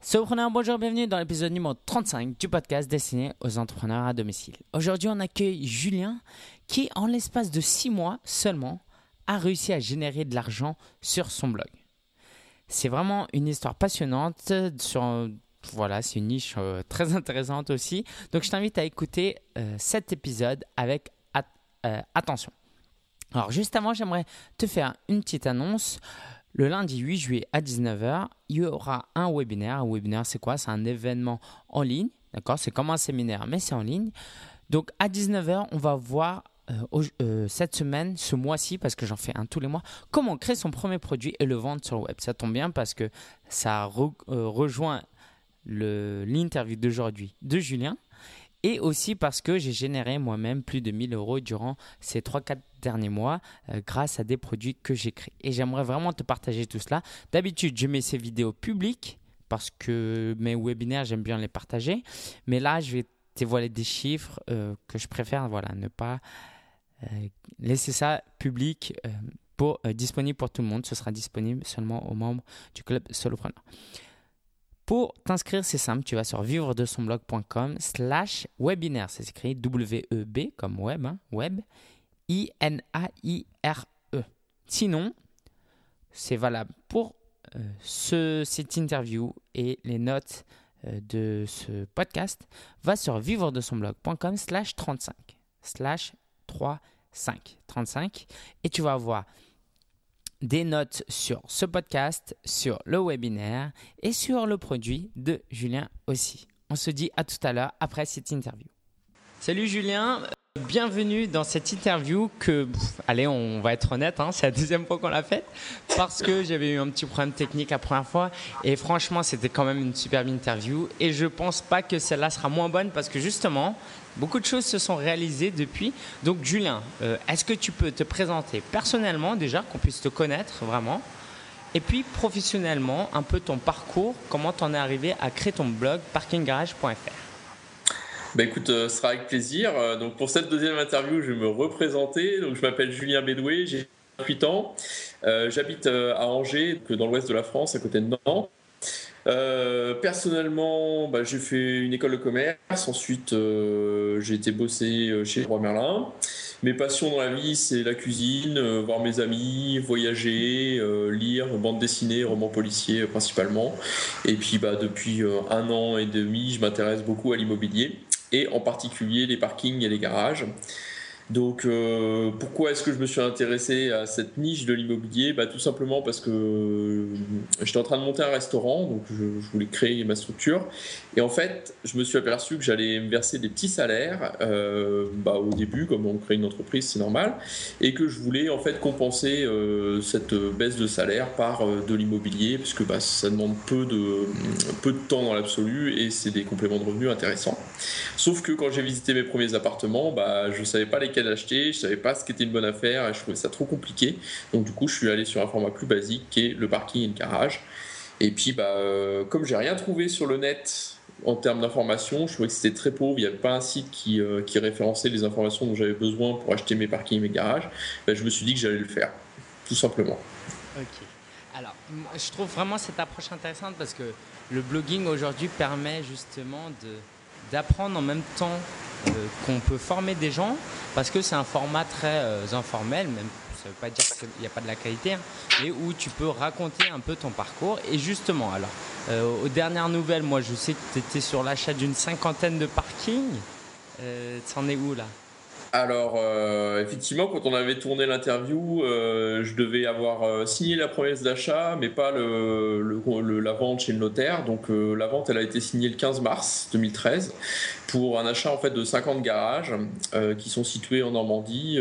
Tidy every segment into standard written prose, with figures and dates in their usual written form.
Solopreneurs, bonjour, bienvenue dans l'épisode numéro 35 du podcast destiné aux entrepreneurs à domicile. Aujourd'hui, on accueille Julien qui, en l'espace de 6 mois seulement, a réussi à générer de l'argent sur son blog. C'est vraiment une histoire passionnante, c'est une niche très intéressante aussi. Donc, je t'invite à écouter cet épisode avec attention. Alors, juste avant, j'aimerais te faire une petite annonce. Le lundi 8 juillet à 19h, il y aura un webinaire. Un webinaire, c'est quoi? C'est un événement en ligne. D'accord? C'est comme un séminaire, mais c'est en ligne. Donc, à 19h, on va voir cette semaine, ce mois-ci, parce que j'en fais un tous les mois, comment créer son premier produit et le vendre sur le web. Ça tombe bien parce que ça rejoint l'interview d'aujourd'hui de Julien. Et aussi parce que j'ai généré moi-même plus de 1 000 € durant ces 3-4 derniers mois grâce à des produits que j'ai créés. Et j'aimerais vraiment te partager tout cela. D'habitude, je mets ces vidéos publiques parce que mes webinaires, j'aime bien les partager. Mais là, je vais dévoiler des chiffres que je préfère ne pas laisser ça public disponible pour tout le monde. Ce sera disponible seulement aux membres du club Solopreneur. Pour t'inscrire, c'est simple, tu vas sur vivredesonblog.com/webinaire. C'est écrit W-E-B comme web, web, I-N-A-I-R-E. Sinon, c'est valable pour cette interview et les notes de ce podcast. Va sur vivredesonblog.com/35 et tu vas voir des notes sur ce podcast, sur le webinaire et sur le produit de Julien aussi. On se dit à tout à l'heure après cette interview. Salut Julien, bienvenue dans cette interview on va être honnête, c'est la deuxième fois qu'on l'a faite parce que j'avais eu un petit problème technique la première fois et franchement c'était quand même une superbe interview et je pense pas que celle-là sera moins bonne parce que justement beaucoup de choses se sont réalisées depuis. Donc Julien, est-ce que tu peux te présenter personnellement déjà, qu'on puisse te connaître vraiment, et puis professionnellement, un peu ton parcours, comment tu en es arrivé à créer ton blog parkinggarage.fr? Écoute, ce sera avec plaisir. Donc pour cette deuxième interview, je vais me représenter. Donc je m'appelle Julien Bédoué, j'ai 28 ans. J'habite à Angers, dans l'ouest de la France, à côté de Nantes. Personnellement, j'ai fait une école de commerce. Ensuite, j'ai été bosser chez Leroy Merlin. Mes passions dans la vie, c'est la cuisine, voir mes amis, voyager, lire, bande dessinée, romans policiers principalement. Et puis depuis 1 an et demi, je m'intéresse beaucoup à l'immobilier et en particulier les parkings et les garages. Donc pourquoi est-ce que je me suis intéressé à cette niche de l'immobilier? Tout simplement parce que j'étais en train de monter un restaurant, donc je voulais créer ma structure et en fait je me suis aperçu que j'allais me verser des petits salaires au début, comme on crée une entreprise c'est normal, et que je voulais en fait compenser cette baisse de salaire par de l'immobilier parce que ça demande peu de temps dans l'absolu et c'est des compléments de revenus intéressants. Sauf que quand j'ai visité mes premiers appartements, je savais pas lesquels acheter, je savais pas ce qu'était une bonne affaire et je trouvais ça trop compliqué. Donc du coup, je suis allé sur un format plus basique qui est le parking et le garage. Et puis comme j'ai rien trouvé sur le net en termes d'informations, je trouvais que c'était très pauvre, il n'y avait pas un site qui référençait les informations dont j'avais besoin pour acheter mes parkings et mes garages. Je me suis dit que j'allais le faire, tout simplement. Ok. Alors, je trouve vraiment cette approche intéressante parce que le blogging aujourd'hui permet justement d'apprendre en même temps qu'on peut former des gens parce que c'est un format très informel, même ça ne veut pas dire qu'il n'y a pas de la qualité, mais où tu peux raconter un peu ton parcours. Et justement, alors, aux dernières nouvelles, moi je sais que tu étais sur l'achat d'une 50aine de parkings. C'en est où là? Alors, effectivement, quand on avait tourné l'interview, je devais avoir signé la promesse d'achat, mais pas la vente chez le notaire. Donc, la vente, elle a été signée le 15 mars 2013 pour un achat en fait de 50 garages qui sont situés en Normandie,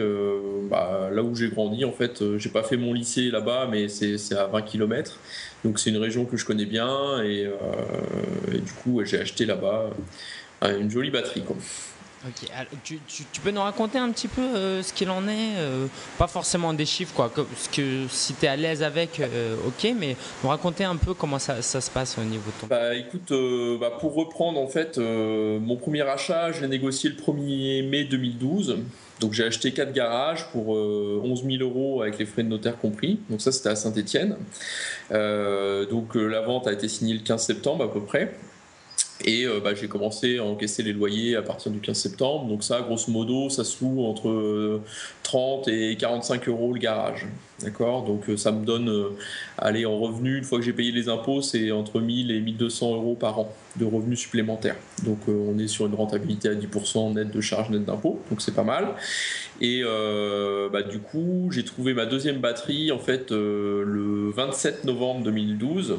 là où j'ai grandi. En fait, j'ai pas fait mon lycée là-bas, mais c'est à 20 km. Donc, c'est une région que je connais bien et du coup, j'ai acheté là-bas une jolie batterie, quoi. Ok, alors, tu peux nous raconter un petit peu ce qu'il en est, pas forcément des chiffres, quoi, si tu es à l'aise avec, ok, mais nous raconter un peu comment ça se passe au niveau de ton... Bah écoute, pour reprendre en fait, mon premier achat, je l'ai négocié le 1er mai 2012. Donc j'ai acheté 4 garages pour 11 000 euros avec les frais de notaire compris. Donc ça c'était à Saint-Étienne. La vente a été signée le 15 septembre à peu près. Et j'ai commencé à encaisser les loyers à partir du 15 septembre. Donc ça, grosso modo, ça se loue entre 30 et 45 euros le garage. D'accord. Donc ça me donne, en revenu, une fois que j'ai payé les impôts, c'est entre 1000 et 1200 euros par an de revenus supplémentaires. Donc on est sur une rentabilité à 10% net de charges net d'impôts. Donc c'est pas mal. Et du coup, j'ai trouvé ma deuxième batterie en fait le 27 novembre 2012.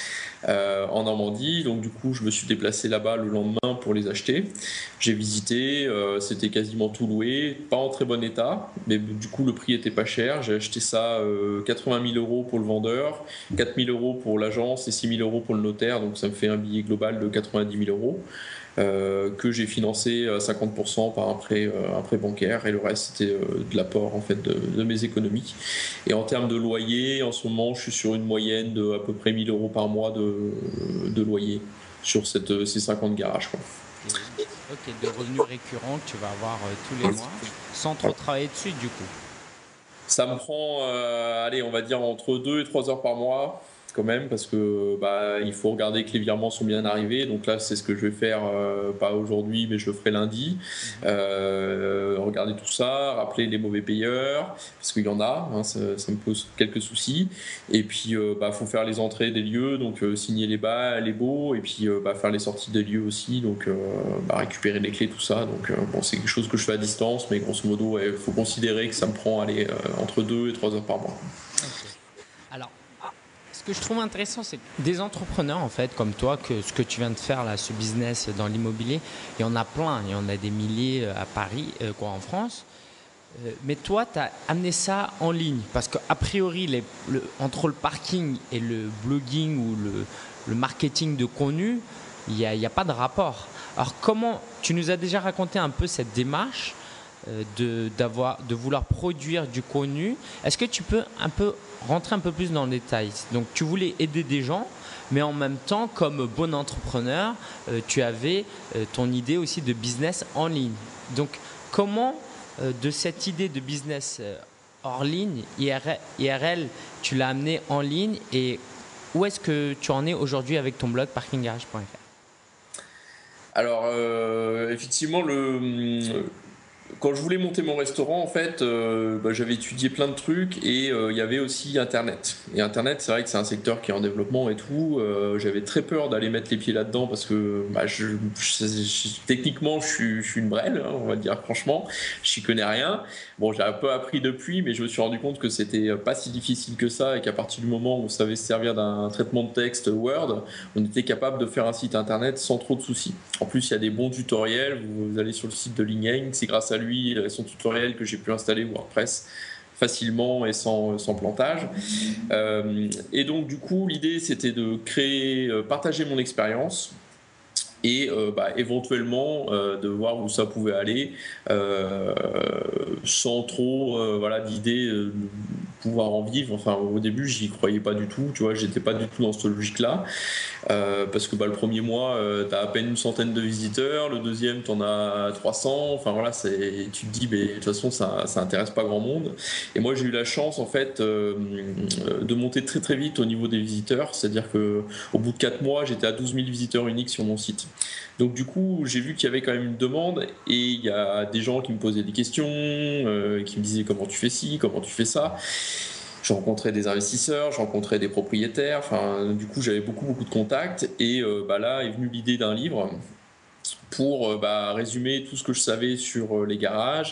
En Normandie, donc du coup je me suis déplacé là-bas le lendemain pour les acheter. J'ai visité, c'était quasiment tout loué, pas en très bon état, mais du coup le prix était pas cher. J'ai acheté ça 80 000 euros pour le vendeur, 4 000 euros pour l'agence et 6 000 euros pour le notaire, donc ça me fait un billet global de 90 000 euros. Que j'ai financé à 50% par un prêt bancaire, et le reste c'était de l'apport en fait de mes économies. Et en termes de loyer, en ce moment je suis sur une moyenne de à peu près 1000 euros par mois de loyer sur ces 50 garages, quoi. Ok, de revenus récurrents que tu vas avoir tous les mois sans trop travailler dessus du coup. Ça me prend, on va dire entre 2 et 3 heures par mois quand même, parce que il faut regarder que les virements sont bien arrivés. Donc là c'est ce que je vais faire, pas aujourd'hui mais je le ferai lundi. Regarder tout ça, rappeler les mauvais payeurs parce qu'il y en a, hein, ça me pose quelques soucis. Et puis faut faire les entrées des lieux, donc signer les baux, et puis faire les sorties des lieux aussi, donc récupérer les clés, tout ça. Donc c'est quelque chose que je fais à distance, mais grosso modo il faut considérer que ça me prend entre 2 et 3 heures par mois. Okay. Alors, ce que je trouve intéressant, c'est que des entrepreneurs, en fait, comme toi, ce que tu viens de faire, là, ce business dans l'immobilier, il y en a plein, il y en a des milliers à Paris, en France. Mais toi, tu as amené ça en ligne, parce qu'a priori, entre le parking et le blogging ou le marketing de contenu, il n'y a pas de rapport. Alors, tu nous as déjà raconté un peu cette démarche de vouloir produire du contenu. Est-ce que tu peux rentrer un peu plus dans le détail? Donc tu voulais aider des gens, mais en même temps, comme bon entrepreneur, tu avais ton idée aussi de business en ligne. Donc comment de cette idée de business hors ligne, IRL, tu l'as amené en ligne, et où est-ce que tu en es aujourd'hui avec ton blog parkinggarage.fr? Alors effectivement, quand je voulais monter mon restaurant, en fait, j'avais étudié plein de trucs, et il y avait aussi Internet. Et Internet, c'est vrai que c'est un secteur qui est en développement et tout. J'avais très peur d'aller mettre les pieds là-dedans parce que techniquement, je suis une brêle, hein, on va dire franchement. Je n'y connais rien. Bon, j'ai un peu appris depuis, mais je me suis rendu compte que c'était pas si difficile que ça, et qu'à partir du moment où on savait se servir d'un traitement de texte Word, on était capable de faire un site Internet sans trop de soucis. En plus, il y a des bons tutoriels. Vous allez sur le site de Lingain, c'est grâce à lui et son tutoriel que j'ai pu installer WordPress facilement et sans plantage. Et donc du coup l'idée c'était de partager mon expérience, et éventuellement de voir où ça pouvait aller, sans trop d'idée de pouvoir en vivre. Enfin, au début j'y croyais pas du tout, tu vois, j'étais pas du tout dans cette logique là, parce que le premier mois t'as à peine une centaine de visiteurs, le deuxième t'en as 300, enfin voilà, tu te dis mais de toute façon ça intéresse pas grand monde. Et moi j'ai eu la chance en fait de monter très très vite au niveau des visiteurs, c'est-à-dire que au bout de 4 mois j'étais à 12 000 visiteurs uniques sur mon site. Donc du coup j'ai vu qu'il y avait quand même une demande, et il y a des gens qui me posaient des questions, qui me disaient comment tu fais ci, comment tu fais ça. Je rencontrais des investisseurs, je rencontrais des propriétaires, enfin du coup j'avais beaucoup de contacts, et là est venue l'idée d'un livre pour résumer tout ce que je savais sur les garages,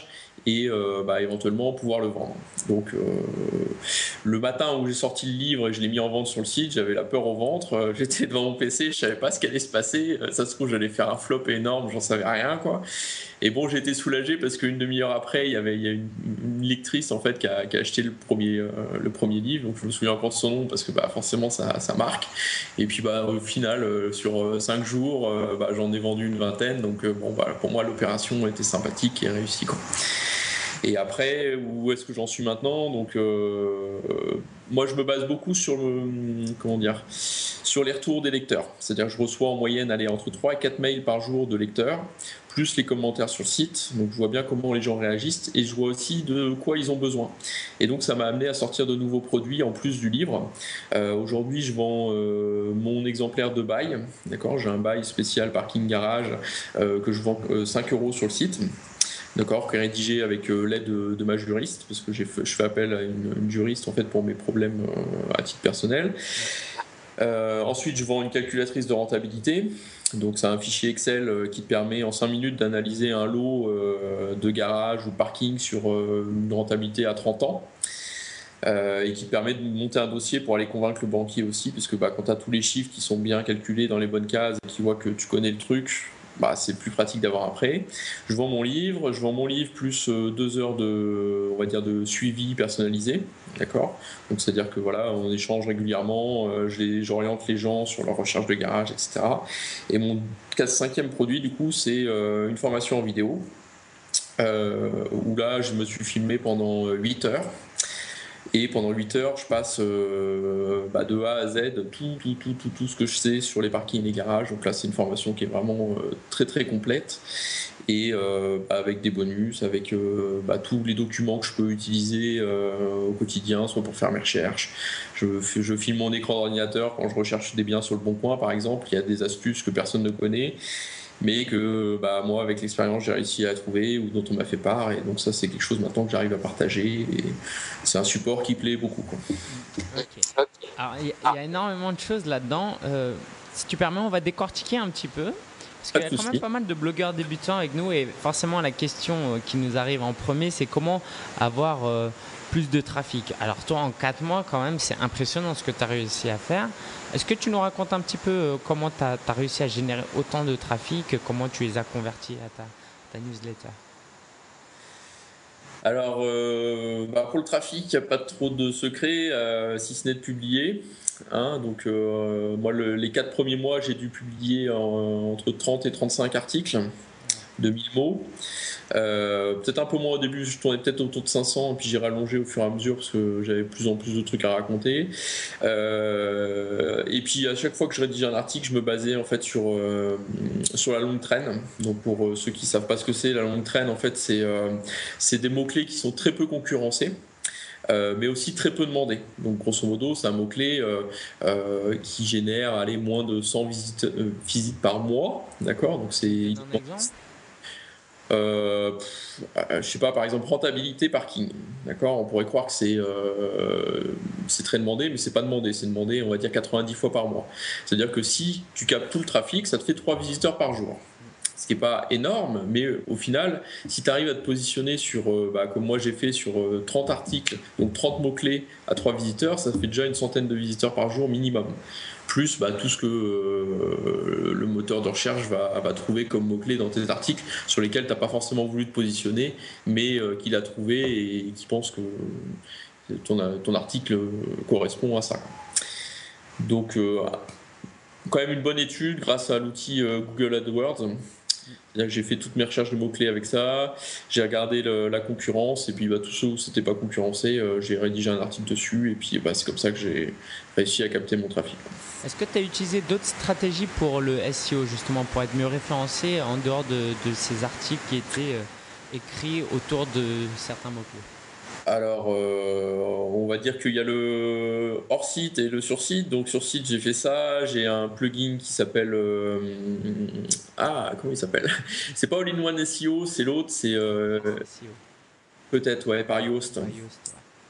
et éventuellement pouvoir le vendre. Donc le matin où j'ai sorti le livre et je l'ai mis en vente sur le site, j'avais la peur au ventre, j'étais devant mon PC, je savais pas ce qui allait se passer, ça se trouve j'allais faire un flop énorme, j'en savais rien quoi. Et bon, j'ai été soulagé parce qu'une demi-heure après, il y a une lectrice en fait qui a acheté le premier livre, donc je me souviens encore de son nom parce que forcément ça marque. Et puis au final, sur 5 jours, j'en ai vendu une vingtaine, donc pour moi l'opération était sympathique et réussie quoi. Et après, où est-ce que j'en suis maintenant? Donc, moi, je me base beaucoup sur sur les retours des lecteurs. C'est-à-dire que je reçois en moyenne entre 3 et 4 mails par jour de lecteurs, plus les commentaires sur le site. Donc, je vois bien comment les gens réagissent et je vois aussi de quoi ils ont besoin. Et donc, ça m'a amené à sortir de nouveaux produits en plus du livre. Aujourd'hui, je vends mon exemplaire de bail. D'accord, j'ai un bail spécial parking garage que je vends 5 € sur le site. D'accord, qui est rédigé avec l'aide de ma juriste, parce que je fais appel à une juriste en fait pour mes problèmes à titre personnel. Ensuite, je vends une calculatrice de rentabilité. Donc, c'est un fichier Excel qui te permet en 5 minutes d'analyser un lot de garage ou de parking sur une rentabilité à 30 ans. Et qui te permet de monter un dossier pour aller convaincre le banquier aussi, parce que quand tu as tous les chiffres qui sont bien calculés dans les bonnes cases et qui voient que tu connais le truc, c'est plus pratique d'avoir après. Je vends mon livre plus 2 heures de suivi personnalisé, d'accord. Donc c'est-à-dire que on échange régulièrement, j'oriente les gens sur leur recherche de garage, etc. Et mon 5e produit du coup c'est une formation en vidéo où là je me suis filmé pendant 8 heures. Et pendant 8 heures, je passe de A à Z tout ce que je sais sur les parkings et les garages. Donc là, c'est une formation qui est vraiment très très complète et avec des bonus, avec tous les documents que je peux utiliser au quotidien, soit pour faire mes recherches. Je filme mon écran d'ordinateur quand je recherche des biens sur le Bon Coin, par exemple. Il y a des astuces que personne ne connaît, mais que moi avec l'expérience j'ai réussi à trouver ou dont on m'a fait part, et donc ça c'est quelque chose maintenant que j'arrive à partager et c'est un support qui plaît beaucoup quoi. Okay. Alors il y a énormément de choses là-dedans, si tu permets on va décortiquer un petit peu parce qu'il y a quand même pas mal de blogueurs débutants avec nous et forcément la question qui nous arrive en premier c'est comment avoir plus de trafic. Alors toi en 4 mois quand même c'est impressionnant ce que tu as réussi à faire. Est-ce que tu nous racontes un petit peu comment tu as réussi à générer autant de trafic, comment tu les as convertis à ta newsletter? Alors pour le trafic il n'y a pas trop de secret si ce n'est de publier. Donc moi les 4 premiers mois j'ai dû publier entre 30 et 35 articles de 1000 mots. Peut-être un peu moins au début, je tournais peut-être autour de 500 et puis j'ai rallongé au fur et à mesure parce que j'avais de plus en plus de trucs à raconter. Et puis à chaque fois que je rédigeais un article, je me basais en fait sur la longue traîne. Donc pour ceux qui savent pas ce que c'est, la longue traîne en fait c'est des mots-clés qui sont très peu concurrencés. Mais aussi très peu demandés. Donc grosso modo, c'est un mot-clé qui génère moins de 100 visites par mois. D'accord, donc c'est je sais pas, par exemple rentabilité parking, d'accord, on pourrait croire que c'est très demandé, mais c'est pas demandé, c'est demandé on va dire 90 fois par mois. C'est-à-dire que si tu captes tout le trafic, ça te fait 3 visiteurs par jour, ce qui n'est pas énorme, mais au final si tu arrives à te positionner sur comme moi j'ai fait sur 30 articles, donc 30 mots-clés à 3 visiteurs, ça fait déjà une centaine de visiteurs par jour minimum, plus tout ce que le moteur de recherche va trouver comme mots-clés dans tes articles sur lesquels tu n'as pas forcément voulu te positionner, mais qu'il a trouvé et qui pense que ton article correspond à ça. Donc quand même une bonne étude grâce à l'outil Google AdWords. C'est-à-dire que j'ai fait toutes mes recherches de mots-clés avec ça, j'ai regardé la concurrence, et puis tout ce où c'était pas concurrencé, j'ai rédigé un article dessus, et puis c'est comme ça que j'ai réussi à capter mon trafic. Est-ce que tu as utilisé d'autres stratégies pour le SEO, justement, pour être mieux référencé en dehors de ces articles qui étaient écrits autour de certains mots-clés? Alors, on va dire qu'il y a le hors-site et le sur-site. Donc, sur-site, j'ai fait ça. J'ai un plugin qui s'appelle... comment il s'appelle? C'est pas All-in-One SEO, c'est l'autre. C'est peut-être, ouais, par Yoast.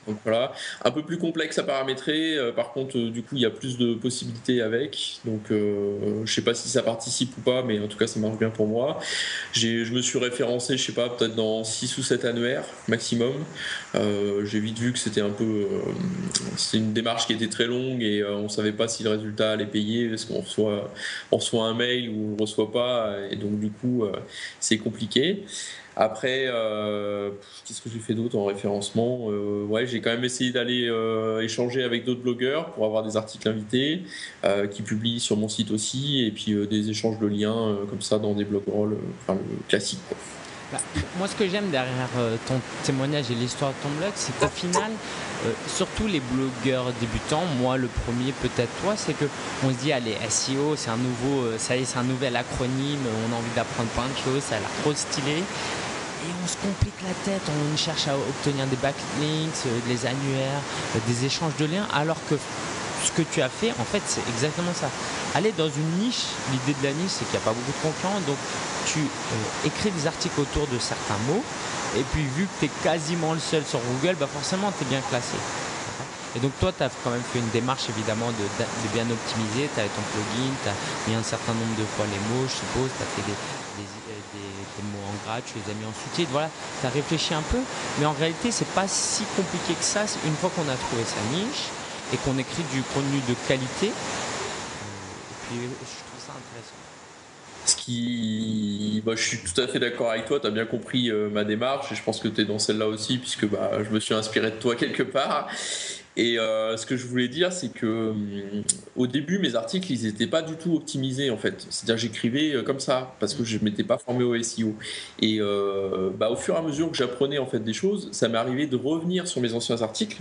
Donc voilà, un peu plus complexe à paramétrer. Par contre, du coup, il y a plus de possibilités avec. Donc, je sais pas si ça participe ou pas, mais en tout cas, ça marche bien pour moi. Je me suis référencé, je sais pas, peut-être dans 6 ou 7 annuaires maximum. J'ai vite vu que c'était c'était une démarche qui était très longue et on savait pas si le résultat allait payer parce on reçoit un mail ou on le reçoit pas. Et donc, du coup, c'est compliqué. Après, qu'est-ce que j'ai fait d'autre en référencement? Ouais, j'ai quand même essayé d'aller échanger avec d'autres blogueurs pour avoir des articles invités qui publient sur mon site aussi, et puis des échanges de liens comme ça dans des blogrolls, enfin le classique, quoi. Bah, moi, ce que j'aime derrière ton témoignage et l'histoire de ton blog, c'est qu'au final, surtout les blogueurs débutants, moi le premier, peut-être toi, c'est que on se dit, allez, SEO, c'est un nouveau, ça y est, c'est un nouvel acronyme, on a envie d'apprendre plein de choses, ça a l'air trop stylé. Et on se complique la tête, on cherche à obtenir des backlinks, des annuaires, des échanges de liens, alors que ce que tu as fait, en fait, c'est exactement ça. Aller dans une niche, l'idée de la niche, c'est qu'il n'y a pas beaucoup de concurrents, donc tu écris des articles autour de certains mots, et puis vu que tu es quasiment le seul sur Google, bah forcément, tu es bien classé. Et donc toi, tu as quand même fait une démarche évidemment de bien optimiser, tu as ton plugin, tu as mis un certain nombre de fois les mots, je suppose, tu as fait des mots en gras, tu les as mis en sous-titres, voilà, tu as réfléchi un peu, mais en réalité, c'est pas si compliqué que ça une fois qu'on a trouvé sa niche et qu'on écrit du contenu de qualité. Et puis, je trouve ça intéressant. Je suis tout à fait d'accord avec toi, tu as bien compris ma démarche, et je pense que tu es dans celle-là aussi, puisque je me suis inspiré de toi quelque part. Et ce que je voulais dire, c'est que au début, mes articles, ils n'étaient pas du tout optimisés en fait. C'est-à-dire, j'écrivais comme ça parce que je ne m'étais pas formé au SEO. Et au fur et à mesure que j'apprenais en fait des choses, ça m'est arrivé de revenir sur mes anciens articles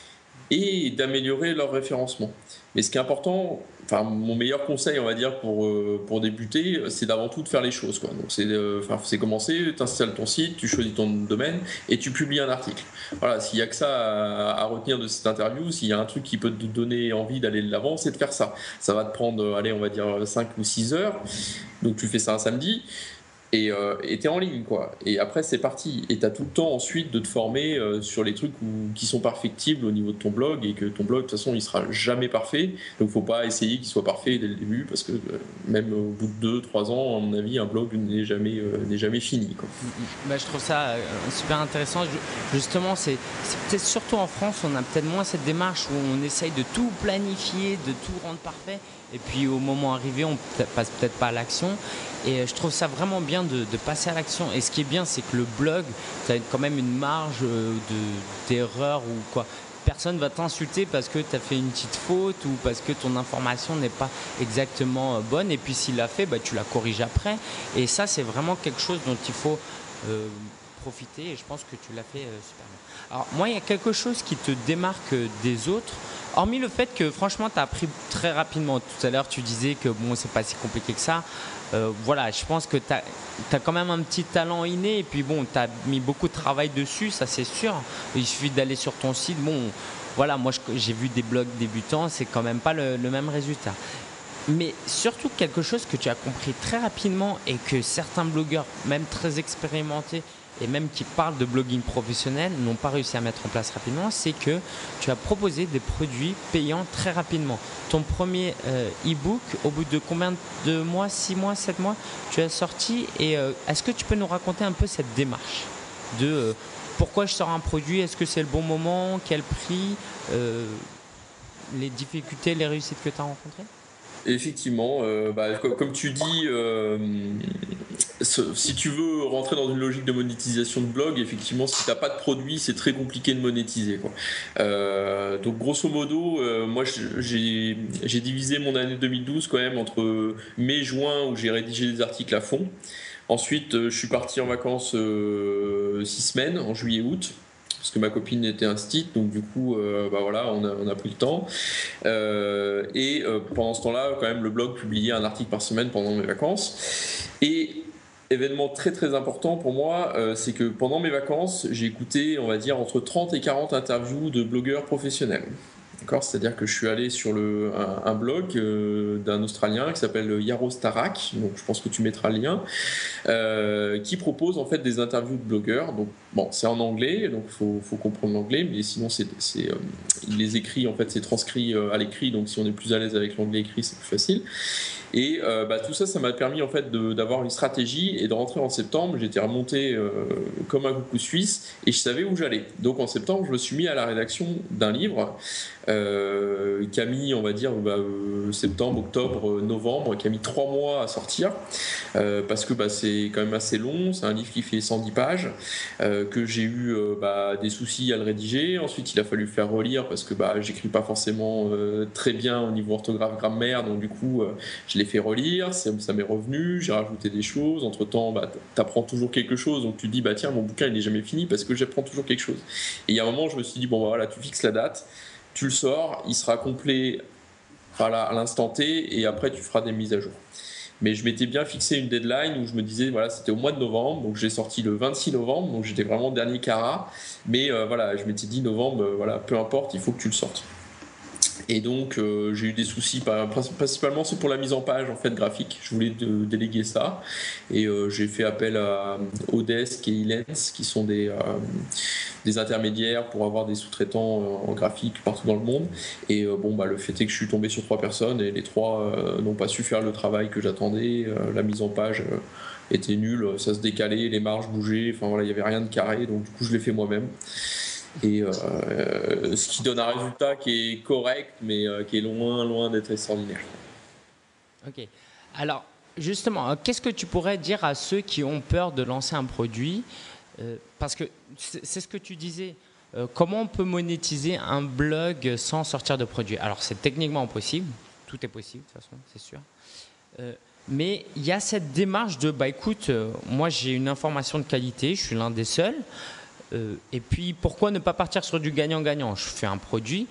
et d'améliorer leur référencement. Mais ce qui est important, enfin mon meilleur conseil, on va dire, pour débuter, c'est d'avant tout de faire les choses, quoi. Donc c'est commencer, tu installes ton site, tu choisis ton domaine et tu publies un article. Voilà, s'il y a que ça à retenir de cette interview, s'il y a un truc qui peut te donner envie d'aller de l'avant, c'est de faire ça. Ça va te prendre, allez, on va dire 5 ou 6 heures. Donc tu fais ça un samedi. Et t'es en ligne, quoi. Et après, c'est parti. Et t'as tout le temps ensuite de te former sur les trucs qui sont perfectibles au niveau de ton blog, et que ton blog, de toute façon, il sera jamais parfait. Donc, faut pas essayer qu'il soit parfait dès le début, parce que même au bout de 2-3 ans, à mon avis, un blog n'est jamais fini, quoi. Bah, je trouve ça super intéressant. Justement, c'est peut-être surtout en France, on a peut-être moins cette démarche où on essaye de tout planifier, de tout rendre parfait. Et puis au moment arrivé, on passe peut-être pas à l'action. Et je trouve ça vraiment bien de passer à l'action. Et ce qui est bien, c'est que le blog, tu as quand même une marge d'erreur ou quoi. Personne va t'insulter parce que tu as fait une petite faute ou parce que ton information n'est pas exactement bonne. Et puis s'il l'a fait, bah, tu la corriges après. Et ça, c'est vraiment quelque chose dont il faut profiter. Et je pense que tu l'as fait super bien. Alors moi, il y a quelque chose qui te démarque des autres. Hormis le fait que franchement, tu as appris très rapidement. Tout à l'heure, tu disais que bon, c'est pas si compliqué que ça. Voilà, je pense que tu as quand même un petit talent inné. Et puis bon, tu as mis beaucoup de travail dessus, ça c'est sûr. Il suffit d'aller sur ton site. Bon, voilà, moi j'ai vu des blogs débutants, c'est quand même pas le même résultat. Mais surtout quelque chose que tu as compris très rapidement et que certains blogueurs, même très expérimentés, et même qui parlent de blogging professionnel, n'ont pas réussi à mettre en place rapidement, c'est que tu as proposé des produits payants très rapidement. Ton premier e-book, au bout de combien de mois, 6 mois, 7 mois, tu as sorti, et est-ce que tu peux nous raconter un peu cette démarche de pourquoi je sors un produit, est-ce que c'est le bon moment, quel prix, les difficultés, les réussites que tu as rencontrées ? Effectivement, comme tu dis, si tu veux rentrer dans une logique de monétisation de blog, effectivement, si tu n'as pas de produit, c'est très compliqué de monétiser, quoi. Donc grosso modo, moi j'ai divisé mon année 2012 quand même entre mai et juin, où j'ai rédigé des articles à fond. Ensuite, je suis parti en vacances 6 semaines, en juillet-août, parce que ma copine était instite, donc du coup, voilà, on a pris le temps. Pendant ce temps-là, quand même, le blog publiait un article par semaine pendant mes vacances. Et événement très très important pour moi, c'est que pendant mes vacances, j'ai écouté, on va dire, entre 30 et 40 interviews de blogueurs professionnels. D'accord, c'est-à-dire que je suis allé sur un blog d'un Australien qui s'appelle Yaro Starak, donc je pense que tu mettras le lien, qui propose en fait des interviews de blogueurs. Donc bon, c'est en anglais, donc faut comprendre l'anglais, mais sinon il les écrit en fait, c'est transcrit à l'écrit, donc si on est plus à l'aise avec l'anglais écrit, c'est plus facile. Et tout ça, ça m'a permis en fait d'avoir une stratégie et de rentrer en septembre. J'étais remonté comme un coucou suisse et je savais où j'allais. Donc en septembre, je me suis mis à la rédaction d'un livre qui a mis, on va dire, septembre, octobre, novembre, qui a mis 3 mois à sortir parce que c'est quand même assez long. C'est un livre qui fait 110 pages, que j'ai eu des soucis à le rédiger. Ensuite, il a fallu le faire relire parce que j'écris pas forcément très bien au niveau orthographe, grammaire, donc du coup, je l'ai fait relire, ça m'est revenu, j'ai rajouté des choses. Entre temps, tu apprends toujours quelque chose, donc tu te dis tiens, mon bouquin il n'est jamais fini parce que j'apprends toujours quelque chose. Et il y a un moment, je me suis dit voilà, tu fixes la date, tu le sors, il sera complet à l'instant T, et après tu feras des mises à jour. Mais je m'étais bien fixé une deadline où je me disais c'était au mois de novembre, donc j'ai sorti le 26 novembre, donc j'étais vraiment dernier carat. Mais je m'étais dit novembre, peu importe, il faut que tu le sortes. Et donc j'ai eu des soucis, principalement c'est pour la mise en page en fait graphique. Je voulais déléguer ça et j'ai fait appel à Odesk et Ilens qui sont des intermédiaires pour avoir des sous-traitants en graphique partout dans le monde. Et le fait est que je suis tombé sur 3 personnes et les 3 n'ont pas su faire le travail que j'attendais. La mise en page était nulle, ça se décalait, les marges bougeaient, il n'y avait rien de carré, donc du coup je l'ai fait moi-même. Et ce qui donne un résultat qui est correct, mais qui est loin d'être extraordinaire. Ok. Alors, justement, qu'est-ce que tu pourrais dire à ceux qui ont peur de lancer un produit parce que c'est ce que tu disais. Comment on peut monétiser un blog sans sortir de produit? Alors, c'est techniquement possible. Tout est possible, de toute façon, c'est sûr. Mais il y a cette démarche de, écoute, moi, j'ai une information de qualité, je suis l'un des seuls. Et puis, pourquoi ne pas partir sur du gagnant-gagnant? Je fais un produit.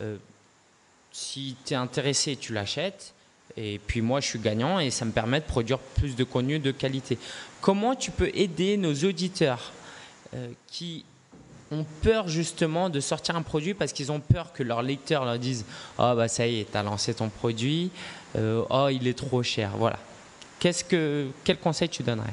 Si tu es intéressé, tu l'achètes. Et puis, moi, je suis gagnant et ça me permet de produire plus de contenu de qualité. Comment tu peux aider nos auditeurs qui ont peur justement de sortir un produit parce qu'ils ont peur que leurs lecteurs leur disent « Oh, ça y est, tu as lancé ton produit. Oh, il est trop cher. » Voilà. Quel conseil tu donnerais?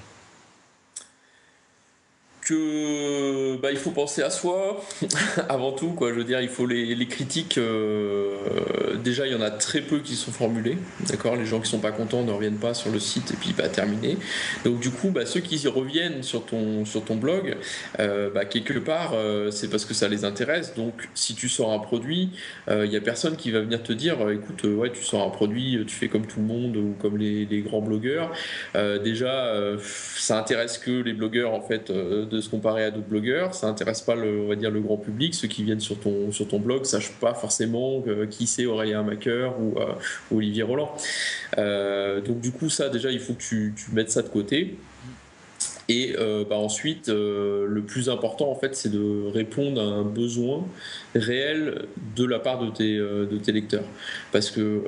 Il faut penser à soi avant tout, quoi. Je veux dire, il faut les critiques. Déjà, il y en a très peu qui sont formulées. D'accord, les gens qui sont pas contents ne reviennent pas sur le site et puis terminé. Donc du coup, ceux qui y reviennent sur ton blog, quelque part, c'est parce que ça les intéresse. Donc si tu sors un produit, il y a personne qui va venir te dire, écoute, tu sors un produit, tu fais comme tout le monde ou comme les grands blogueurs. Déjà, ça intéresse que les blogueurs en fait. De se comparer à d'autres blogueurs, ça intéresse pas le grand public. Ceux qui viennent sur ton blog sachent pas forcément qui c'est Aurélien Maqueur ou Olivier Roland. Donc du coup ça déjà il faut que tu mettes ça de côté. Et ensuite le plus important en fait c'est de répondre à un besoin réel de la part de tes lecteurs, parce que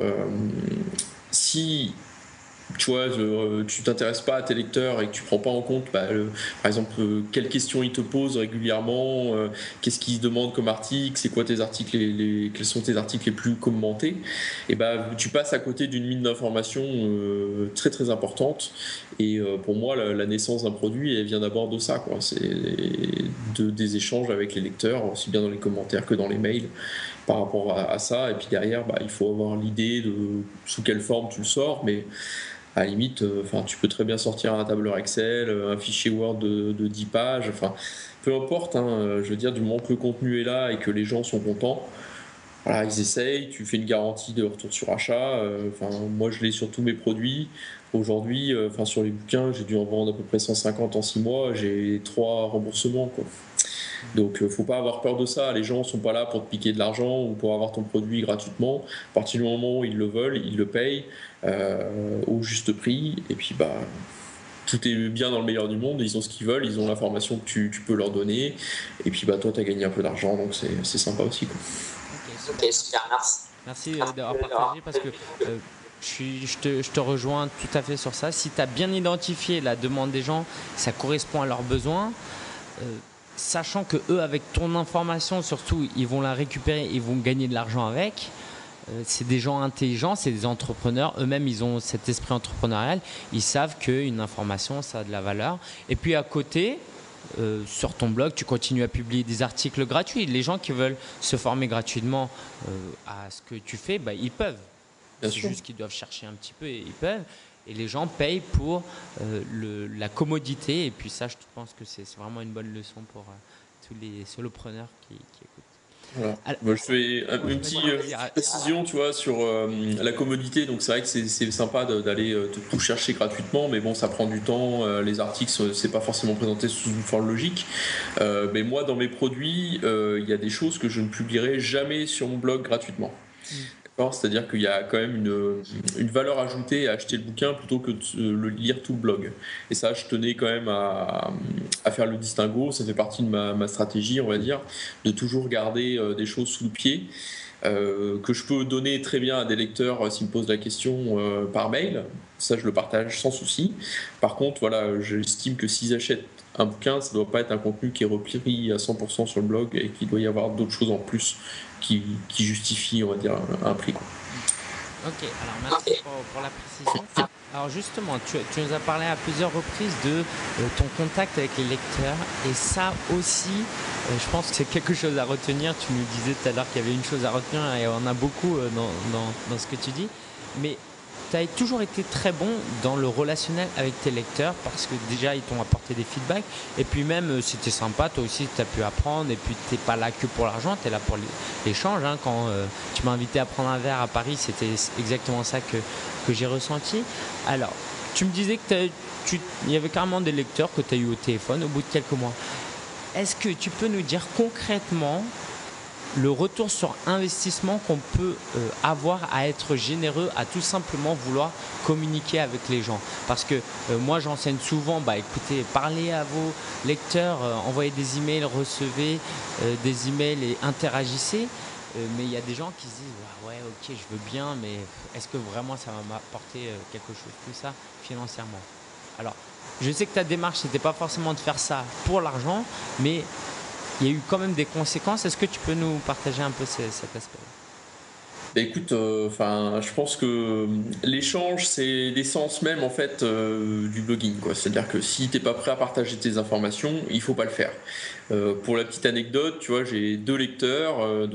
si tu vois, tu t'intéresses pas à tes lecteurs et que tu prends pas en compte, par exemple, quelles questions ils te posent régulièrement, qu'est-ce qu'ils demandent comme article, c'est quoi tes articles, quels sont tes articles les plus commentés, et tu passes à côté d'une mine d'informations très très importante. Et pour moi, la naissance d'un produit, elle vient d'abord de ça, quoi. C'est des échanges avec les lecteurs, aussi bien dans les commentaires que dans les mails, par rapport à ça. Et puis derrière, il faut avoir l'idée de sous quelle forme tu le sors, mais à la limite, tu peux très bien sortir un tableur Excel, un fichier Word de 10 pages, peu importe, je veux dire, du moment que le contenu est là et que les gens sont contents, voilà, ils essayent, tu fais une garantie de retour sur achat. Moi, je l'ai sur tous mes produits. Aujourd'hui, sur les bouquins, j'ai dû en vendre à peu près 150 en 6 mois, j'ai 3 remboursements, quoi. Donc faut pas avoir peur de ça, les gens sont pas là pour te piquer de l'argent ou pour avoir ton produit gratuitement. À partir du moment où ils le veulent, ils le payent au juste prix, et puis tout est bien dans le meilleur du monde, ils ont ce qu'ils veulent, ils ont l'information que tu peux leur donner, et puis toi tu as gagné un peu d'argent, donc c'est sympa aussi, quoi. Ok, super, merci d'avoir partagé, parce que je te rejoins tout à fait sur ça. Si tu as bien identifié la demande des gens, ça correspond à leurs besoins, sachant que eux, avec ton information, surtout, ils vont la récupérer, ils vont gagner de l'argent avec. C'est des gens intelligents, c'est des entrepreneurs. Eux-mêmes, ils ont cet esprit entrepreneurial. Ils savent qu'une information, ça a de la valeur. Et puis à côté, sur ton blog, tu continues à publier des articles gratuits. Les gens qui veulent se former gratuitement à ce que tu fais, ils peuvent. C'est juste qu'ils doivent chercher un petit peu et ils peuvent. Et les gens payent pour la commodité. Et puis ça, je pense que c'est vraiment une bonne leçon pour tous les solopreneurs qui écoutent. Voilà. Moi, je fais une petite précision, tu vois, sur la commodité. Donc, c'est vrai que c'est sympa d'aller tout chercher gratuitement, mais bon, ça prend du temps. Les articles, c'est pas forcément présenté sous une forme logique. Mais moi, dans mes produits, il y a des choses que je ne publierai jamais sur mon blog gratuitement. C'est-à-dire qu'il y a quand même une valeur ajoutée à acheter le bouquin plutôt que de lire tout le blog. Et ça, je tenais quand même à faire le distinguo. Ça fait partie de ma stratégie, on va dire, de toujours garder des choses sous le pied que je peux donner très bien à des lecteurs s'ils me posent la question par mail. Ça, je le partage sans souci. Par contre, voilà, j'estime que s'ils achètent un bouquin, ça ne doit pas être un contenu qui est repris à 100% sur le blog et qu'il doit y avoir d'autres choses en plus qui justifient, on va dire, un prix. Ok, alors merci pour la précision. Alors justement, tu nous as parlé à plusieurs reprises de ton contact avec les lecteurs et ça aussi, je pense que c'est quelque chose à retenir. Tu nous disais tout à l'heure qu'il y avait une chose à retenir et on a beaucoup dans ce que tu dis. Mais tu as toujours été très bon dans le relationnel avec tes lecteurs parce que déjà ils t'ont apporté des feedbacks et puis même c'était sympa, toi aussi tu as pu apprendre et puis tu n'es pas là que pour l'argent, tu es là pour l'échange. Quand tu m'as invité à prendre un verre à Paris, c'était exactement ça que j'ai ressenti. Alors, tu me disais qu'il y avait carrément des lecteurs que tu as eu au téléphone au bout de quelques mois. Est-ce que tu peux nous dire concrètement le retour sur investissement qu'on peut avoir à être généreux, à tout simplement vouloir communiquer avec les gens? Parce que moi j'enseigne souvent, écoutez, parlez à vos lecteurs, envoyez des emails, recevez des emails et interagissez. Mais il y a des gens qui se disent ouais ok je veux bien, mais est-ce que vraiment ça va m'apporter quelque chose que ça financièrement? Alors je sais que ta démarche n'était pas forcément de faire ça pour l'argent, mais il y a eu quand même des conséquences. Est-ce que tu peux nous partager un peu cet aspect? Écoute, je pense que l'échange, c'est l'essence même en fait du blogging, quoi. C'est-à-dire que si t'es pas prêt à partager tes informations, il faut pas le faire. Pour la petite anecdote, tu vois, j'ai 2 lecteurs,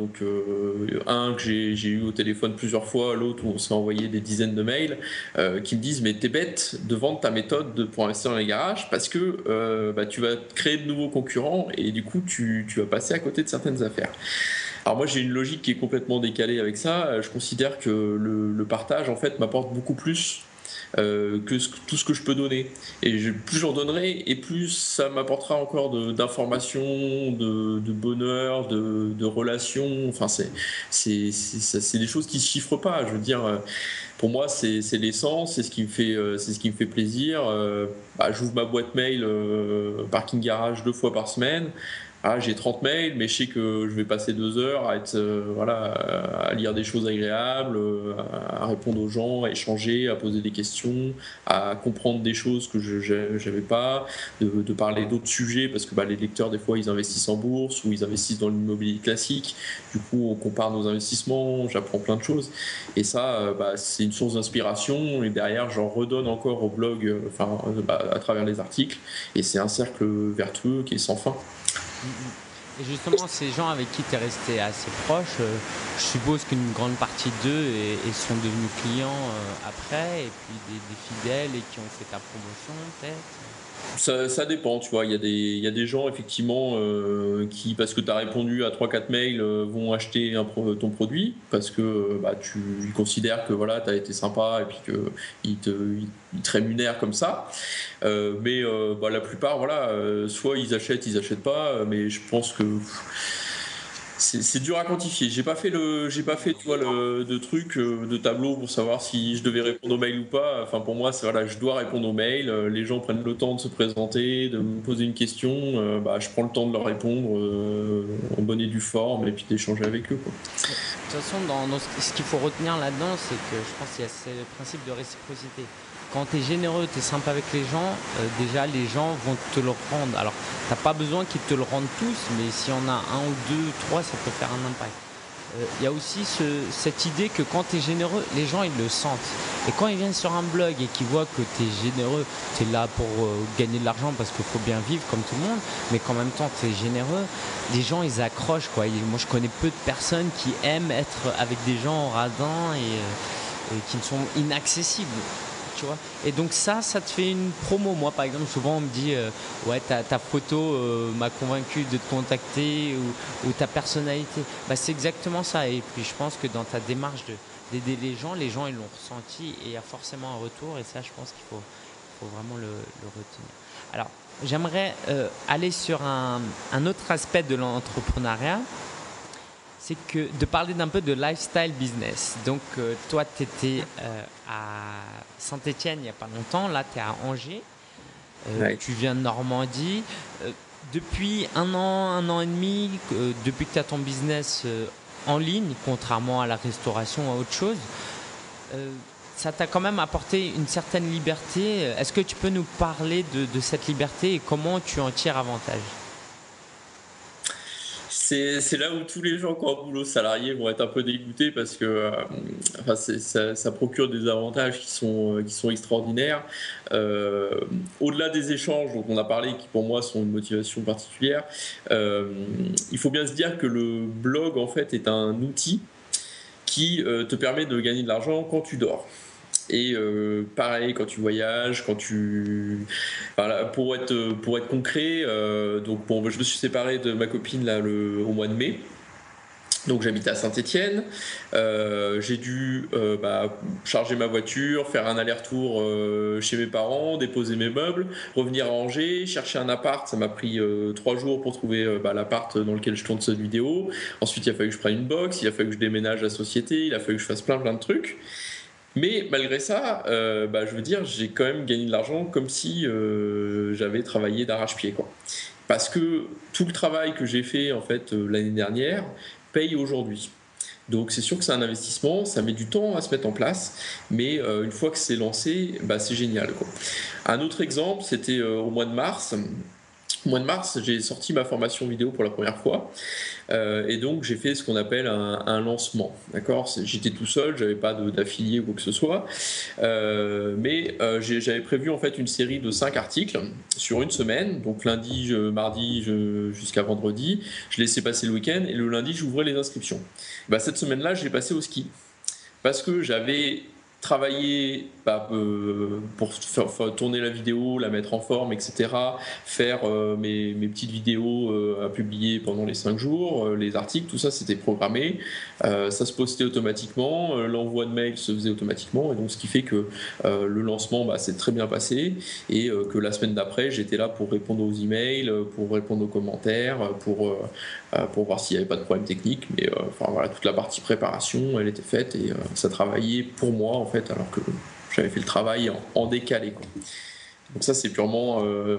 un que j'ai eu au téléphone plusieurs fois, l'autre où on s'est envoyé des dizaines de mails, qui me disent mais t'es bête de vendre ta méthode pour investir dans les garages parce que tu vas créer de nouveaux concurrents et du coup tu vas passer à côté de certaines affaires. Alors moi j'ai une logique qui est complètement décalée avec ça. Je considère que le partage en fait m'apporte beaucoup plus que tout ce que je peux donner. Et plus j'en donnerai et plus ça m'apportera encore d'informations, de bonheur, de relations. Enfin c'est des choses qui se chiffrent pas. Je veux dire, pour moi c'est l'essence, c'est ce qui me fait plaisir. J'ouvre ma boîte mail Parking Garage 2 fois par semaine. J'ai 30 mails, mais je sais que je vais passer 2 heures à être à lire des choses agréables, à répondre aux gens, à échanger, à poser des questions, à comprendre des choses que je n'avais pas, de parler d'autres sujets parce que les lecteurs des fois ils investissent en bourse ou ils investissent dans l'immobilier classique. Du coup, on compare nos investissements, j'apprends plein de choses et ça, c'est une source d'inspiration et derrière j'en redonne encore au blog, à travers les articles et c'est un cercle vertueux qui est sans fin. Et justement, ces gens avec qui tu es resté assez proche, je suppose qu'une grande partie d'eux sont devenus clients après, et puis des fidèles et qui ont fait ta promotion peut-être? Ça dépend, tu vois. Il y a des gens, effectivement, qui, parce que tu as répondu à 3-4 mails, vont acheter ton produit parce que ils considèrent que voilà, tu as été sympa et puis qu'ils te rémunèrent comme ça. Mais la plupart, voilà, soit ils achètent pas, mais je pense que c'est dur à quantifier. J'ai pas fait tu vois, de truc de tableau pour savoir si je devais répondre aux mails ou pas. Enfin, pour moi, c'est voilà, je dois répondre aux mails. Les gens prennent le temps de se présenter, de me poser une question. Je prends le temps de leur répondre en bonne et due forme et puis d'échanger avec eux, quoi. De toute façon, ce qu'il faut retenir là-dedans, c'est que je pense qu'il y a ce principe de réciprocité. quand tu es généreux, tu es sympa avec les gens, déjà les gens vont te le rendre. Alors, tu n'as pas besoin qu'ils te le rendent tous, mais s'il y en a un ou deux, trois, ça peut faire un impact. Il y a aussi cette idée que quand tu es généreux, les gens ils le sentent. Et quand ils viennent sur un blog et qu'ils voient que tu es généreux, tu es là pour gagner de l'argent parce qu'il faut bien vivre comme tout le monde, mais qu'en même temps tu es généreux, les gens ils accrochent, quoi. Moi je connais peu de personnes qui aiment être avec des gens radins et qui sont inaccessibles. Tu vois. Et donc ça te fait une promo. Moi par exemple souvent on me dit ouais ta photo m'a convaincu de te contacter ou ta personnalité. C'est exactement ça. Et puis je pense que dans ta démarche d'aider les gens ils l'ont ressenti et il y a forcément un retour, et ça je pense qu'il faut vraiment le retenir. Alors j'aimerais aller sur un autre aspect de l'entrepreneuriat. C'est que de parler d'un peu de lifestyle business. Donc, toi, tu étais à Saint-Étienne il n'y a pas longtemps. Là, tu es à Angers. Ouais. Tu viens de Normandie. Depuis un an et demi, depuis que tu as ton business en ligne, contrairement à la restauration ou à autre chose, ça t'a quand même apporté une certaine liberté. Est-ce que tu peux nous parler de cette liberté et comment tu en tires avantage ? C'est là où tous les gens qui ont un boulot salarié vont être un peu dégoûtés parce que ça procure des avantages qui sont extraordinaires. Au-delà des échanges dont on a parlé, qui pour moi sont une motivation particulière, il faut bien se dire que le blog en fait est un outil qui te permet de gagner de l'argent quand tu dors. Et pareil quand tu voyages, voilà, pour être concret, je me suis séparé de ma copine là au mois de mai. Donc j'habitais à Saint-Étienne, j'ai dû charger ma voiture, faire un aller-retour chez mes parents, déposer mes meubles, revenir à Angers, chercher un appart. Ça m'a pris 3 jours pour trouver l'appart dans lequel je tourne cette vidéo. Ensuite il a fallu que je prenne une box, il a fallu que je déménage la société, il a fallu que je fasse plein de trucs. Mais malgré ça, je veux dire, j'ai quand même gagné de l'argent comme si j'avais travaillé d'arrache-pied, quoi. Parce que tout le travail que j'ai fait en fait l'année dernière paye aujourd'hui. Donc c'est sûr que c'est un investissement, ça met du temps à se mettre en place, mais une fois que c'est lancé, c'est génial, quoi. Un autre exemple, c'était au mois de mars. Au mois de mars, j'ai sorti ma formation vidéo pour la première fois. Et donc j'ai fait ce qu'on appelle un lancement, d'accord. J'étais tout seul, j'avais pas d'affilié ou quoi que ce soit, mais j'avais prévu en fait une série de 5 articles sur une semaine, donc lundi, mardi jusqu'à vendredi. Je laissais passer le week-end et le lundi j'ouvrais les inscriptions. Cette semaine-là, je l'ai passé au ski parce que j'avais travailler pour faire tourner la vidéo, la mettre en forme, etc. Faire mes petites vidéos à publier pendant les 5 jours, les articles, tout ça c'était programmé. Ça se postait automatiquement, l'envoi de mails se faisait automatiquement, et donc ce qui fait que le lancement s'est très bien passé, et que la semaine d'après j'étais là pour répondre aux emails, pour répondre aux commentaires, pour voir s'il n'y avait pas de problème technique. Mais voilà, toute la partie préparation elle était faite, et ça travaillait pour moi en fait, alors que j'avais fait le travail en décalé, quoi. Donc ça c'est purement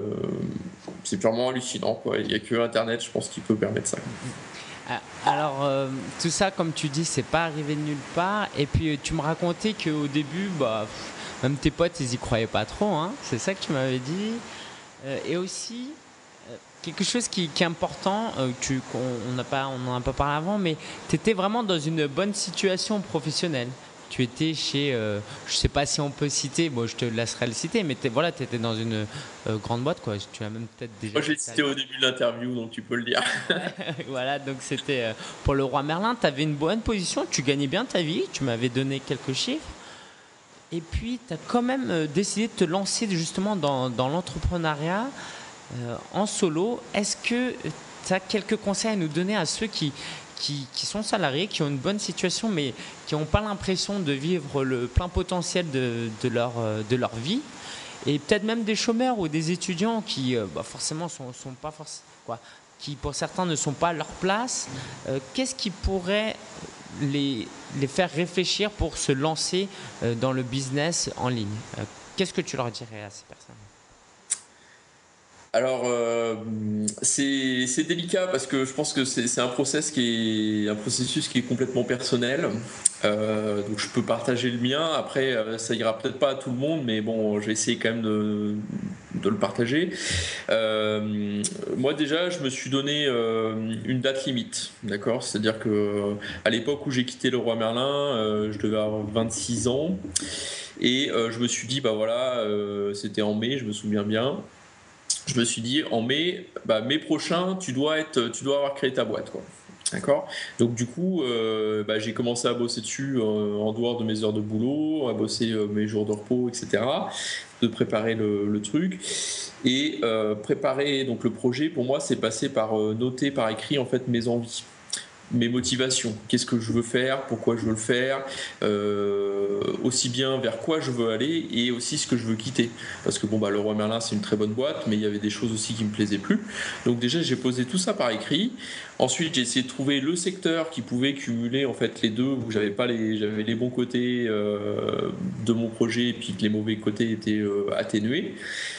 hallucinant, quoi. Il n'y a que Internet, je pense, qui peut permettre ça. Alors tout ça, comme tu dis, c'est pas arrivé de nulle part. Et puis tu me racontais qu'au début, même tes potes ils y croyaient pas trop, hein. C'est ça que tu m'avais dit. Et aussi quelque chose qui est important, on n'en a pas parlé avant, mais tu étais vraiment dans une bonne situation professionnelle. Tu étais chez, je ne sais pas si on peut citer, je te laisserai le citer, mais tu étais dans une grande boîte, quoi. Tu as même peut-être déjà. Moi, je l'ai cité au début de l'interview, donc tu peux le dire. Voilà, donc c'était pour Leroy Merlin. Tu avais une bonne position, tu gagnais bien ta vie, tu m'avais donné quelques chiffres. Et puis, tu as quand même décidé de te lancer justement dans l'entrepreneuriat en solo. Est-ce que tu as quelques conseils à nous donner à ceux qui sont salariés, qui ont une bonne situation, mais qui n'ont pas l'impression de vivre le plein potentiel de leur vie, et peut-être même des chômeurs ou des étudiants qui forcément sont pas forcément, qui pour certains ne sont pas à leur place. Qu'est-ce qui pourrait les faire réfléchir pour se lancer dans le business en ligne? Qu'est-ce que tu leur dirais à ces personnes? Alors, c'est délicat parce que je pense que c'est un processus qui est complètement personnel. Donc, je peux partager le mien. Après, ça ira peut-être pas à tout le monde, mais bon, je vais essayer quand même de le partager. Moi, déjà, je me suis donné une date limite, d'accord? C'est-à-dire que à l'époque où j'ai quitté Leroy Merlin, je devais avoir 26 ans. Et je me suis dit, bah voilà, c'était en mai, je me souviens bien. Je me suis dit en mai, mai prochain, tu dois avoir créé ta boîte, quoi. D'accord. Donc du coup, j'ai commencé à bosser dessus en dehors de mes heures de boulot, à bosser mes jours de repos, etc. De préparer le truc et préparer donc le projet. Pour moi, c'est passer par noter par écrit en fait mes envies, mes motivations, qu'est-ce que je veux faire, pourquoi je veux le faire, aussi bien vers quoi je veux aller et aussi ce que je veux quitter. Parce que Leroy Merlin c'est une très bonne boîte, mais il y avait des choses aussi qui me plaisaient plus. Donc déjà j'ai posé tout ça par écrit. Ensuite j'ai essayé de trouver le secteur qui pouvait cumuler en fait les deux, où j'avais les bons côtés de mon projet et puis que les mauvais côtés étaient atténués.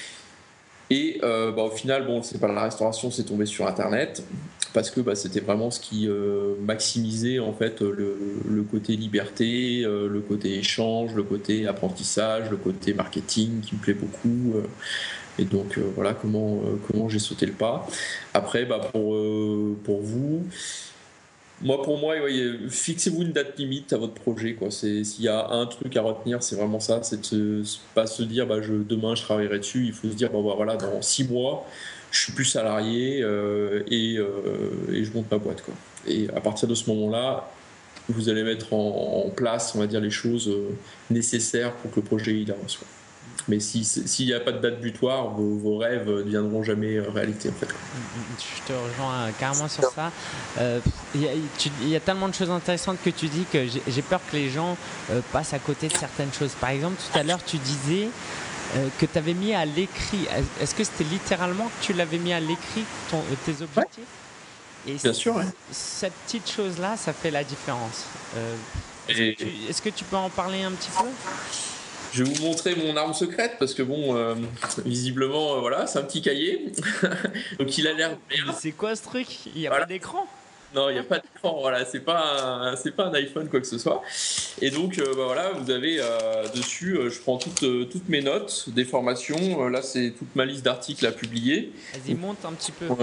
Et au final, c'est pas la restauration, c'est tombé sur Internet parce que c'était vraiment ce qui maximisait en fait le côté liberté, le côté échange, le côté apprentissage, le côté marketing qui me plaît beaucoup. Et donc voilà comment j'ai sauté le pas. Après, pour vous. Pour moi, fixez-vous une date limite à votre projet, quoi. S'il y a un truc à retenir, c'est vraiment ça, c'est de pas se dire demain je travaillerai dessus. Il faut se dire voilà, dans 6 mois, je suis plus salarié et je monte ma boîte, quoi. Et à partir de ce moment-là, vous allez mettre en place, on va dire, les choses nécessaires pour que le projet il avance, quoi. Mais s'il n'y a pas de date butoir, vos rêves ne deviendront jamais réalité, en fait. Je te rejoins carrément sur ça. Il y a tellement de choses intéressantes que tu dis que j'ai peur que les gens passent à côté de certaines choses. Par exemple, tout à l'heure, tu disais que tu avais mis à l'écrit. Est-ce que c'était littéralement que tu l'avais mis à l'écrit, tes objectifs ? Et bien sûr, ouais. Cette petite chose-là, ça fait la différence. Est-ce que tu peux en parler un petit peu ? Je vais vous montrer mon arme secrète parce que visiblement, voilà, c'est un petit cahier. Donc il a l'air bien. Mais c'est quoi ce truc ? Il n'y a pas d'écran ? Non, il n'y a pas d'écran. Voilà, c'est pas un iPhone quoi que ce soit. Et donc voilà, vous avez dessus, je prends toutes mes notes des formations. Là, c'est toute ma liste d'articles à publier. Vas-y, monte un petit peu.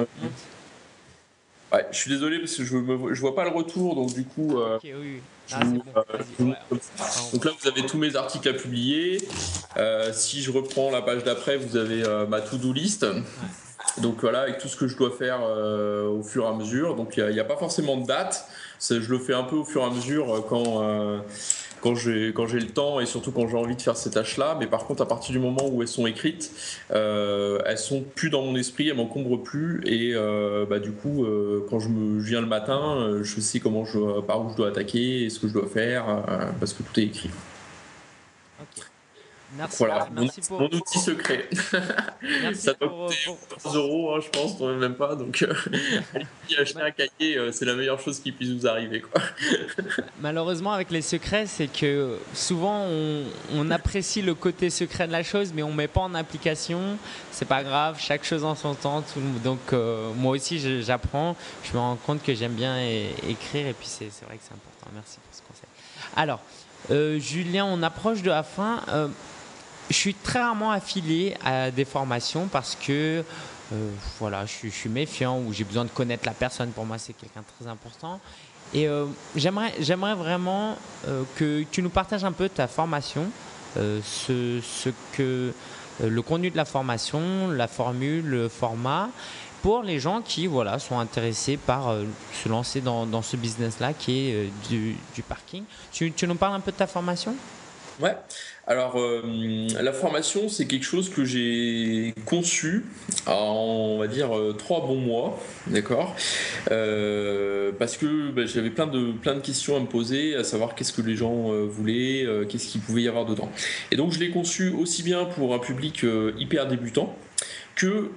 Ouais, je suis désolé parce que je vois pas le retour, donc du coup. Ok, oui. Bon. Donc là, vous avez tous mes articles à publier. Si je reprends la page d'après, vous avez ma to-do list. Ouais. Donc voilà, avec tout ce que je dois faire au fur et à mesure. Donc il n'y a pas forcément de date. Je le fais un peu au fur et à mesure quand j'ai le temps et surtout quand j'ai envie de faire ces tâches-là. Mais par contre, à partir du moment où elles sont écrites, elles sont plus dans mon esprit, elles m'encombrent plus. Et du coup, quand je viens le matin, je sais par où je dois attaquer et ce que je dois faire parce que tout est écrit. Okay. Merci, voilà, merci mon outil secret. Ça doit coûter 14 €, je pense, même pas. Donc, allez acheter un cahier, c'est la meilleure chose qui puisse vous arriver, quoi. Malheureusement, avec les secrets, c'est que souvent on apprécie le côté secret de la chose, mais on met pas en application. C'est pas grave, chaque chose en son temps. Donc, moi aussi, j'apprends. Je me rends compte que j'aime bien écrire, et puis c'est vrai que c'est important. Merci pour ce conseil. Alors, Julien, on approche de la fin. Je suis très rarement affilié à des formations parce que voilà, je suis méfiant ou j'ai besoin de connaître la personne. Pour moi, c'est quelqu'un de très important. Et j'aimerais vraiment que tu nous partages un peu ta formation, le contenu de la formation, la formule, le format, pour les gens qui sont intéressés par se lancer dans ce business-là qui est du parking. Tu nous parles un peu de ta formation ? Ouais, alors la formation c'est quelque chose que j'ai conçu en, on va dire, 3 bons mois, d'accord, parce que j'avais plein de questions à me poser, à savoir qu'est-ce que les gens voulaient, qu'est-ce qu'il pouvait y avoir dedans. Et donc je l'ai conçu aussi bien pour un public hyper débutant que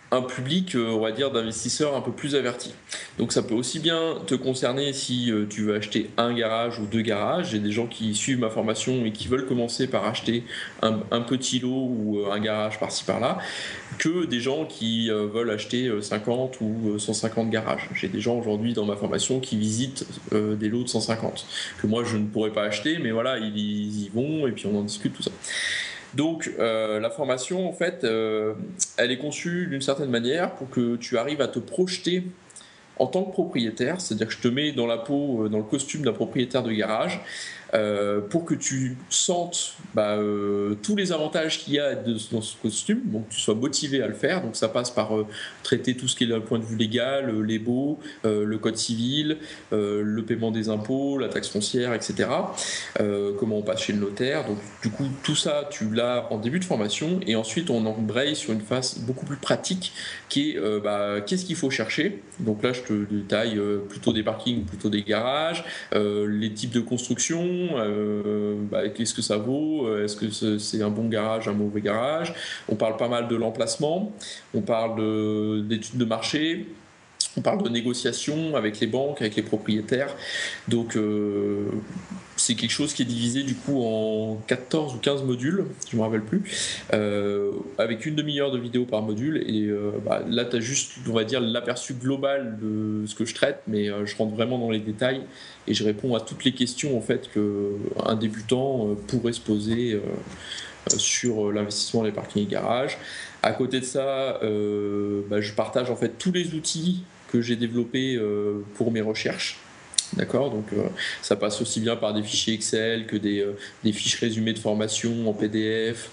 un public, on va dire, d'investisseurs un peu plus avertis. Donc ça peut aussi bien te concerner si tu veux acheter un garage ou 2 garages. J'ai des gens qui suivent ma formation et qui veulent commencer par acheter un petit lot ou un garage par-ci par-là, que des gens qui veulent acheter 50 ou 150 garages. J'ai des gens aujourd'hui dans ma formation qui visitent des lots de 150, que moi je ne pourrais pas acheter, mais voilà, ils y vont et puis on en discute, tout ça. Donc la formation, en fait, elle est conçue d'une certaine manière pour que tu arrives à te projeter en tant que propriétaire, c'est-à-dire que je te mets dans la peau, dans le costume d'un propriétaire de garage, pour que tu sentes tous les avantages qu'il y a dans ce costume, donc que tu sois motivé à le faire. Donc ça passe par traiter tout ce qui est d'un point de vue légal, les baux, le code civil, le paiement des impôts, la taxe foncière, etc. Comment on passe chez le notaire. Donc du coup tout ça tu l'as en début de formation, et ensuite on embraye sur une phase beaucoup plus pratique qui est qu'est-ce qu'il faut chercher. Donc là je te détaille plutôt des parkings, plutôt des garages, les types de construction, qu'est-ce que ça vaut, est-ce que c'est un bon garage, un mauvais garage. On parle pas mal de l'emplacement, on parle d'études de marché, on parle de négociations avec les banques, avec les propriétaires. Donc c'est quelque chose qui est divisé du coup en 14 ou 15 modules, je ne me rappelle plus, avec une demi-heure de vidéo par module. Et là, tu as juste, on va dire, l'aperçu global de ce que je traite, mais je rentre vraiment dans les détails et je réponds à toutes les questions en fait qu'un débutant pourrait se poser sur l'investissement dans les parkings et garages. À côté de ça, je partage en fait tous les outils que j'ai développés pour mes recherches. D'accord, donc ça passe aussi bien par des fichiers Excel que des fiches résumées de formation en PDF,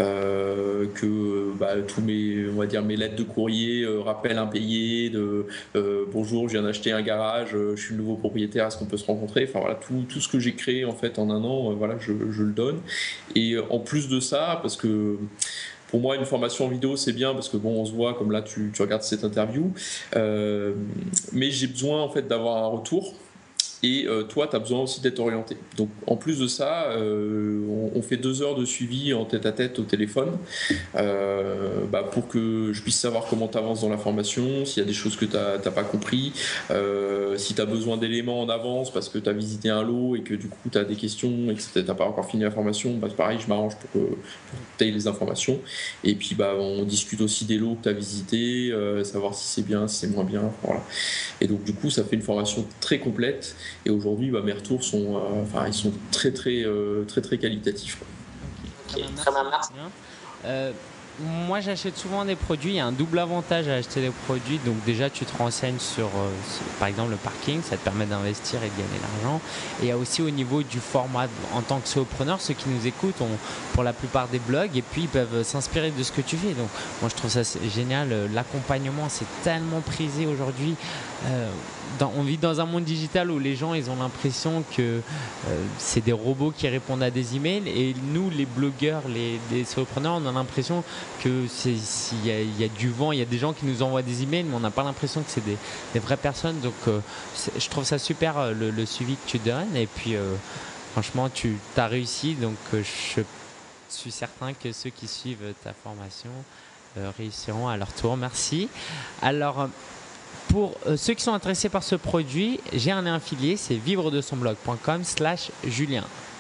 que tous mes lettres de courrier, rappels impayés, bonjour, je viens d'acheter un garage, je suis le nouveau propriétaire, est-ce qu'on peut se rencontrer. Enfin voilà, tout ce que j'ai créé en fait en un an, je le donne. Et en plus de ça, parce que pour moi, une formation en vidéo, c'est bien parce que on se voit comme là, tu regardes cette interview, mais j'ai besoin en fait d'avoir un retour. Et toi, tu as besoin aussi d'être orienté. Donc, en plus de ça, on fait 2 heures de suivi en tête-à-tête au téléphone pour que je puisse savoir comment tu avances dans la formation, s'il y a des choses que tu n'as pas compris, si tu as besoin d'éléments en avance parce que tu as visité un lot et que du coup tu as des questions et que tu n'as pas encore fini la formation, pareil, je m'arrange pour que tu aies les informations. Et puis, on discute aussi des lots que tu as visités, savoir si c'est bien, si c'est moins bien. Voilà. Et donc, du coup, ça fait une formation très complète. Et aujourd'hui, mes retours sont, ils sont très qualitatifs. Okay. Très bien. Moi, j'achète souvent des produits. Il y a un double avantage à acheter des produits. Donc déjà, tu te renseignes sur par exemple, le parking. Ça te permet d'investir et de gagner de l'argent. Et il y a aussi au niveau du format, en tant que solopreneur, ceux qui nous écoutent ont pour la plupart des blogs et puis ils peuvent s'inspirer de ce que tu fais. Donc moi, je trouve ça génial. L'accompagnement, c'est tellement prisé aujourd'hui. On vit dans un monde digital où les gens ils ont l'impression que c'est des robots qui répondent à des emails, et nous les blogueurs, les solopreneurs, on a l'impression que il y a du vent, il y a des gens qui nous envoient des emails, mais on n'a pas l'impression que c'est des vraies personnes. Donc je trouve ça super le suivi que tu donnes, et puis franchement tu as réussi, donc je suis certain que ceux qui suivent ta formation réussiront à leur tour. Merci. Alors pour ceux qui sont intéressés par ce produit, j'ai un lien affilié, c'est vivredesonblog.com/Julien.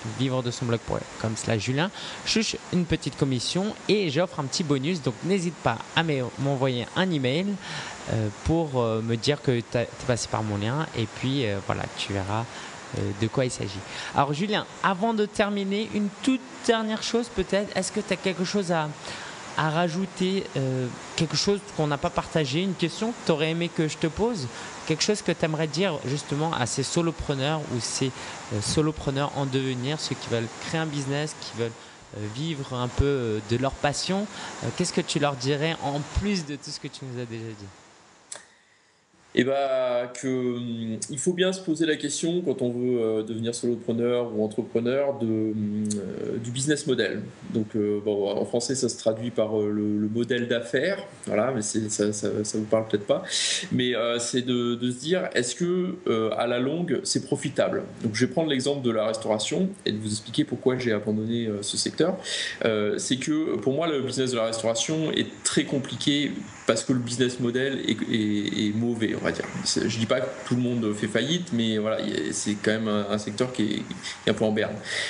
Vivredesonblog.com/Julien. Je touche une petite commission et j'offre un petit bonus. Donc n'hésite pas à m'envoyer un email pour me dire que tu es passé par mon lien. Et puis voilà, tu verras de quoi il s'agit. Alors Julien, avant de terminer, une toute dernière chose peut-être. Est-ce que tu as quelque chose à rajouter, quelque chose qu'on n'a pas partagé, une question que tu aurais aimé que je te pose, quelque chose que tu aimerais dire justement à ces solopreneurs ou ces solopreneurs en devenir, ceux qui veulent créer un business, qui veulent vivre un peu de leur passion, qu'est-ce que tu leur dirais en plus de tout ce que tu nous as déjà dit? Il faut bien se poser la question quand on veut devenir solopreneur ou entrepreneur du business model. Donc en français ça se traduit par le modèle d'affaires, voilà, mais ça vous parle peut-être pas. Mais c'est de se dire est-ce que à la longue c'est profitable. Donc je vais prendre l'exemple de la restauration et de vous expliquer pourquoi j'ai abandonné ce secteur. C'est que pour moi le business de la restauration est très compliqué parce que le business model est mauvais, on va dire. Je dis pas que tout le monde fait faillite, mais voilà, c'est quand même un secteur qui est un peu en berne.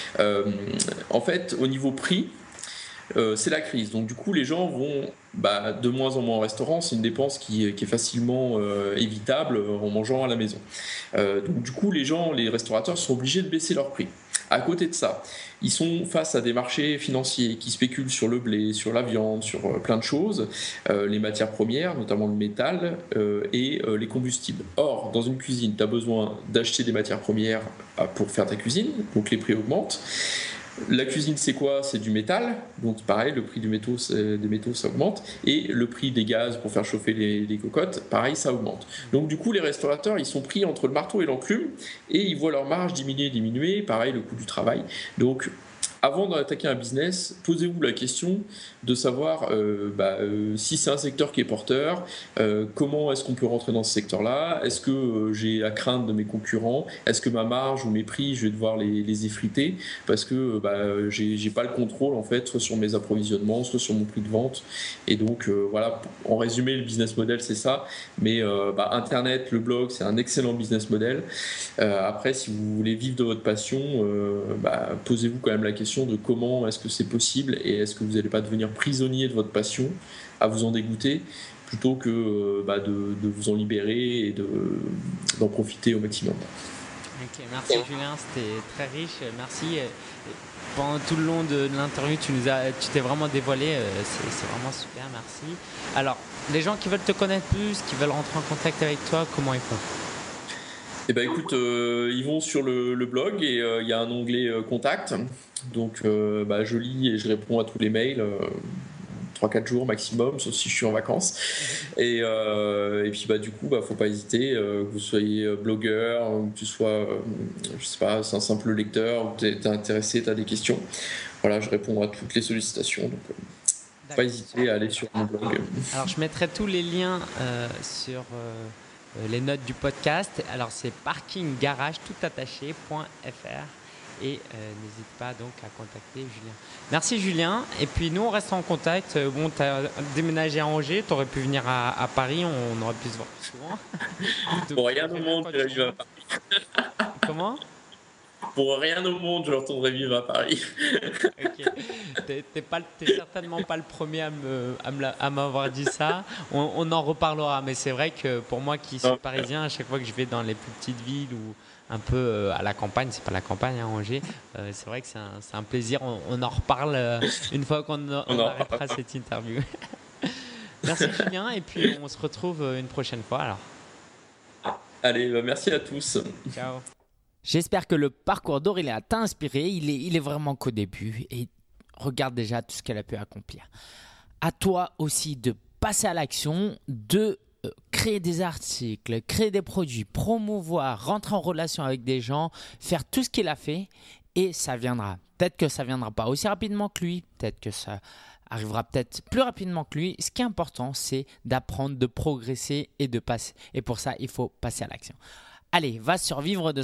En fait, au niveau prix, c'est la crise. Donc du coup, les gens vont de moins en moins au restaurant. C'est une dépense qui est facilement évitable en mangeant à la maison. Donc du coup, les restaurateurs sont obligés de baisser leurs prix. À côté de ça, ils sont face à des marchés financiers qui spéculent sur le blé, sur la viande, sur plein de choses, les matières premières, notamment le métal et les combustibles. Or, dans une cuisine, tu as besoin d'acheter des matières premières pour faire ta cuisine, donc les prix augmentent. La cuisine, c'est quoi? C'est du métal, donc pareil, le prix des métaux, ça augmente, et le prix des gaz pour faire chauffer les cocottes, pareil, ça augmente. Donc du coup, les restaurateurs, ils sont pris entre le marteau et l'enclume, et ils voient leur marge diminuer, pareil, le coût du travail. Donc, avant d'attaquer un business, posez-vous la question de savoir si c'est un secteur qui est porteur, comment est-ce qu'on peut rentrer dans ce secteur-là, est-ce que j'ai la crainte de mes concurrents, est-ce que ma marge ou mes prix, je vais devoir les effriter parce que j'ai pas le contrôle en fait, soit sur mes approvisionnements, soit sur mon prix de vente. Et donc voilà, en résumé, le business model c'est ça, mais Internet, le blog, c'est un excellent business model. Après, si vous voulez vivre de votre passion, posez-vous quand même la question de comment est-ce que c'est possible et est-ce que vous n'allez pas devenir prisonnier de votre passion à vous en dégoûter plutôt que de vous en libérer et d'en profiter au maximum. Ok, merci Julien, c'était très riche, merci. Pendant tout le long de l'interview, tu t'es vraiment dévoilé, c'est vraiment super, merci. Alors, les gens qui veulent te connaître plus, qui veulent rentrer en contact avec toi, comment ils font ? Écoute, ils vont sur le blog et il y a un onglet contact. Donc je lis et je réponds à tous les mails 3-4 jours maximum, sauf si je suis en vacances. Et puis du coup, faut pas hésiter, que vous soyez blogueur, ou que tu sois, je sais pas, c'est un simple lecteur, ou t'es intéressé, t'as des questions. Voilà, je réponds à toutes les sollicitations. Donc pas hésiter à aller sur mon blog. Alors je mettrai tous les liens sur les notes du podcast. Alors c'est parkinggarage.fr et n'hésite pas donc à contacter Julien. Merci Julien. Et puis nous on reste en contact. Bon, tu as déménagé à Angers, tu aurais pu venir à Paris, on aurait pu se voir plus souvent. Pour rien au monde, je vivre à Paris. Comment ? Pour rien au monde, je retournerai vivre à Paris. Ok. T'es certainement pas le premier à m'avoir dit ça. On en reparlera, mais c'est vrai que pour moi qui suis parisien, à chaque fois que je vais dans les plus petites villes ou un peu à la campagne, c'est pas la campagne à Angers, c'est vrai que c'est un plaisir. On en reparle une fois qu'on arrêtera cette interview. Merci Julien, et puis on se retrouve une prochaine fois alors. Allez, merci à tous. Ciao. J'espère que le parcours d'Aurélien t'a inspiré. Il est vraiment qu'au début et regarde déjà tout ce qu'elle a pu accomplir. À toi aussi de passer à l'action, de créer des articles, créer des produits, promouvoir, rentrer en relation avec des gens, faire tout ce qu'il a fait et ça viendra. Peut-être que ça ne viendra pas aussi rapidement que lui, peut-être que ça arrivera peut-être plus rapidement que lui. Ce qui est important, c'est d'apprendre, de progresser et de passer. Et pour ça, il faut passer à l'action. Allez, va sur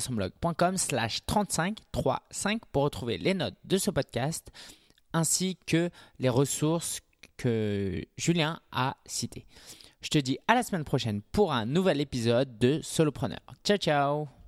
vivredesonblog.com/35 pour retrouver les notes de ce podcast ainsi que les ressources que Julien a citées. Je te dis à la semaine prochaine pour un nouvel épisode de Solopreneur. Ciao, ciao!